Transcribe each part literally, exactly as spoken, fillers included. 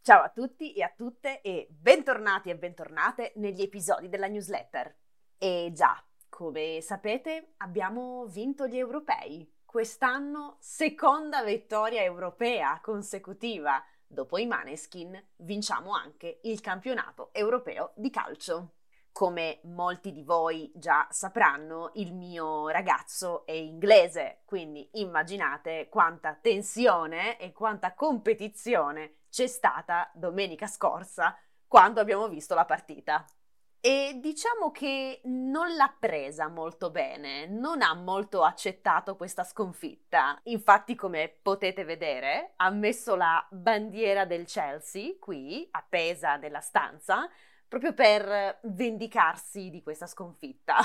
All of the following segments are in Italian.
Ciao a tutti e a tutte e bentornati e bentornate negli episodi della newsletter. E già, come sapete, abbiamo vinto gli europei. Quest'anno seconda vittoria europea consecutiva. Dopo i Maneskin vinciamo anche il campionato europeo di calcio. Come molti di voi già sapranno, il mio ragazzo è inglese, quindi immaginate quanta tensione e quanta competizione c'è stata domenica scorsa quando abbiamo visto la partita. E diciamo che non l'ha presa molto bene, non ha molto accettato questa sconfitta. Infatti, come potete vedere, ha messo la bandiera del Chelsea qui, appesa nella stanza, proprio per vendicarsi di questa sconfitta.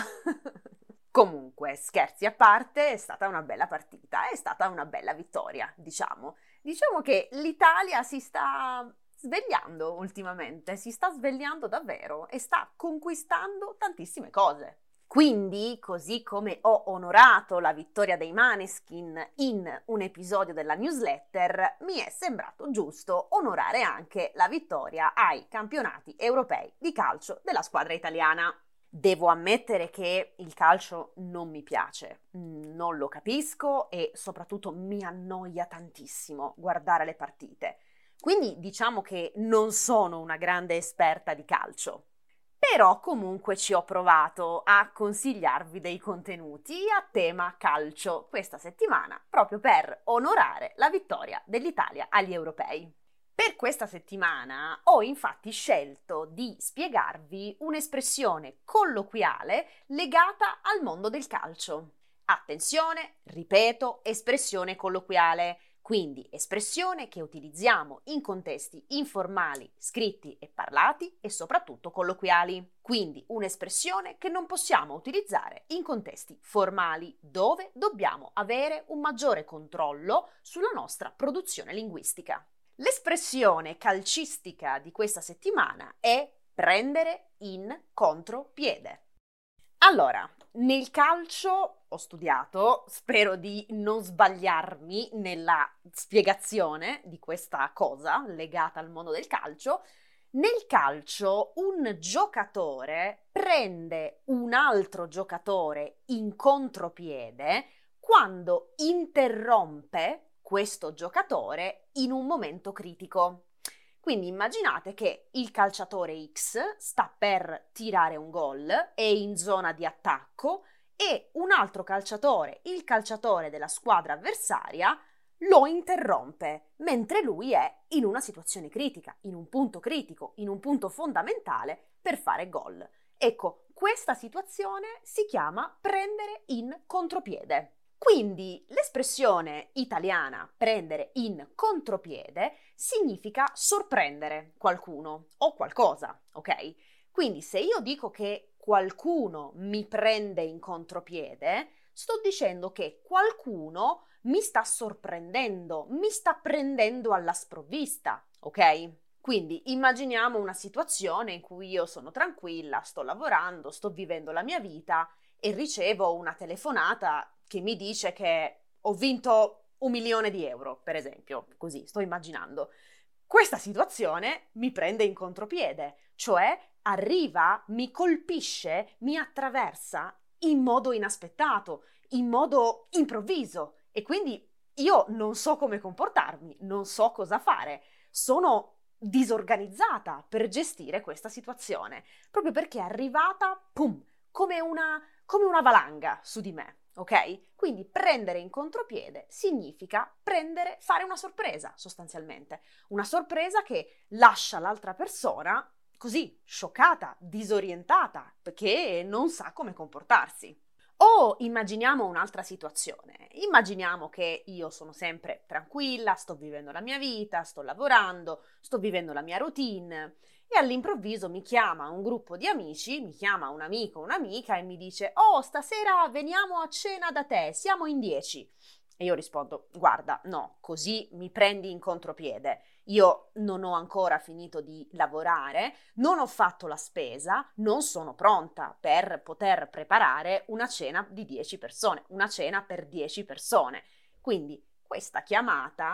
Comunque, scherzi a parte, è stata una bella partita, è stata una bella vittoria, diciamo. Diciamo che l'Italia si sta svegliando ultimamente, si sta svegliando davvero e sta conquistando tantissime cose. Quindi, così come ho onorato la vittoria dei Maneskin in un episodio della newsletter, mi è sembrato giusto onorare anche la vittoria ai campionati europei di calcio della squadra italiana. Devo ammettere che il calcio non mi piace, non lo capisco e soprattutto mi annoia tantissimo guardare le partite. Quindi diciamo che non sono una grande esperta di calcio. Però comunque ci ho provato a consigliarvi dei contenuti a tema calcio questa settimana, proprio per onorare la vittoria dell'Italia agli europei. Per questa settimana ho infatti scelto di spiegarvi un'espressione colloquiale legata al mondo del calcio. Attenzione, ripeto, espressione colloquiale. Quindi espressione che utilizziamo in contesti informali, scritti e parlati e soprattutto colloquiali. Quindi un'espressione che non possiamo utilizzare in contesti formali, dove dobbiamo avere un maggiore controllo sulla nostra produzione linguistica. L'espressione calcistica di questa settimana è prendere in contropiede. Allora, nel calcio ho studiato, spero di non sbagliarmi nella spiegazione di questa cosa legata al mondo del calcio. Nel calcio un giocatore prende un altro giocatore in contropiede quando interrompe questo giocatore in un momento critico. Quindi immaginate che il calciatore X sta per tirare un gol, è in zona di attacco e un altro calciatore, il calciatore della squadra avversaria, lo interrompe mentre lui è in una situazione critica, in un punto critico, in un punto fondamentale per fare gol. Ecco, questa situazione si chiama prendere in contropiede. Quindi l'espressione italiana prendere in contropiede significa sorprendere qualcuno o qualcosa, ok? Quindi se io dico che qualcuno mi prende in contropiede, sto dicendo che qualcuno mi sta sorprendendo, mi sta prendendo alla sprovvista, ok? Quindi immaginiamo una situazione in cui io sono tranquilla, sto lavorando, sto vivendo la mia vita e ricevo una telefonata che mi dice che ho vinto un milione di euro, per esempio, così sto immaginando. Questa situazione mi prende in contropiede, cioè arriva, mi colpisce, mi attraversa in modo inaspettato, in modo improvviso e quindi io non so come comportarmi, non so cosa fare, sono disorganizzata per gestire questa situazione, proprio perché è arrivata, pum, come una, come una valanga su di me. Ok? Quindi prendere in contropiede significa prendere, fare una sorpresa sostanzialmente, una sorpresa che lascia l'altra persona così scioccata, disorientata, perché non sa come comportarsi. O immaginiamo un'altra situazione, immaginiamo che io sono sempre tranquilla, sto vivendo la mia vita, sto lavorando, sto vivendo la mia routine e all'improvviso mi chiama un gruppo di amici, mi chiama un amico o un'amica e mi dice «Oh, stasera veniamo a cena da te, siamo in dieci». E io rispondo «Guarda, no, così mi prendi in contropiede. Io non ho ancora finito di lavorare, non ho fatto la spesa, non sono pronta per poter preparare una cena di dieci persone, una cena per dieci persone. Quindi questa chiamata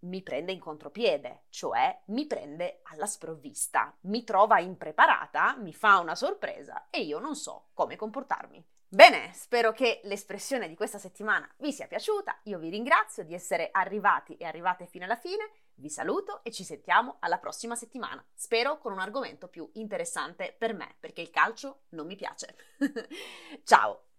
mi prende in contropiede, cioè mi prende alla sprovvista, mi trova impreparata, mi fa una sorpresa e io non so come comportarmi. Bene, spero che l'espressione di questa settimana vi sia piaciuta, io vi ringrazio di essere arrivati e arrivate fino alla fine, vi saluto e ci sentiamo alla prossima settimana, spero con un argomento più interessante per me, perché il calcio non mi piace. Ciao!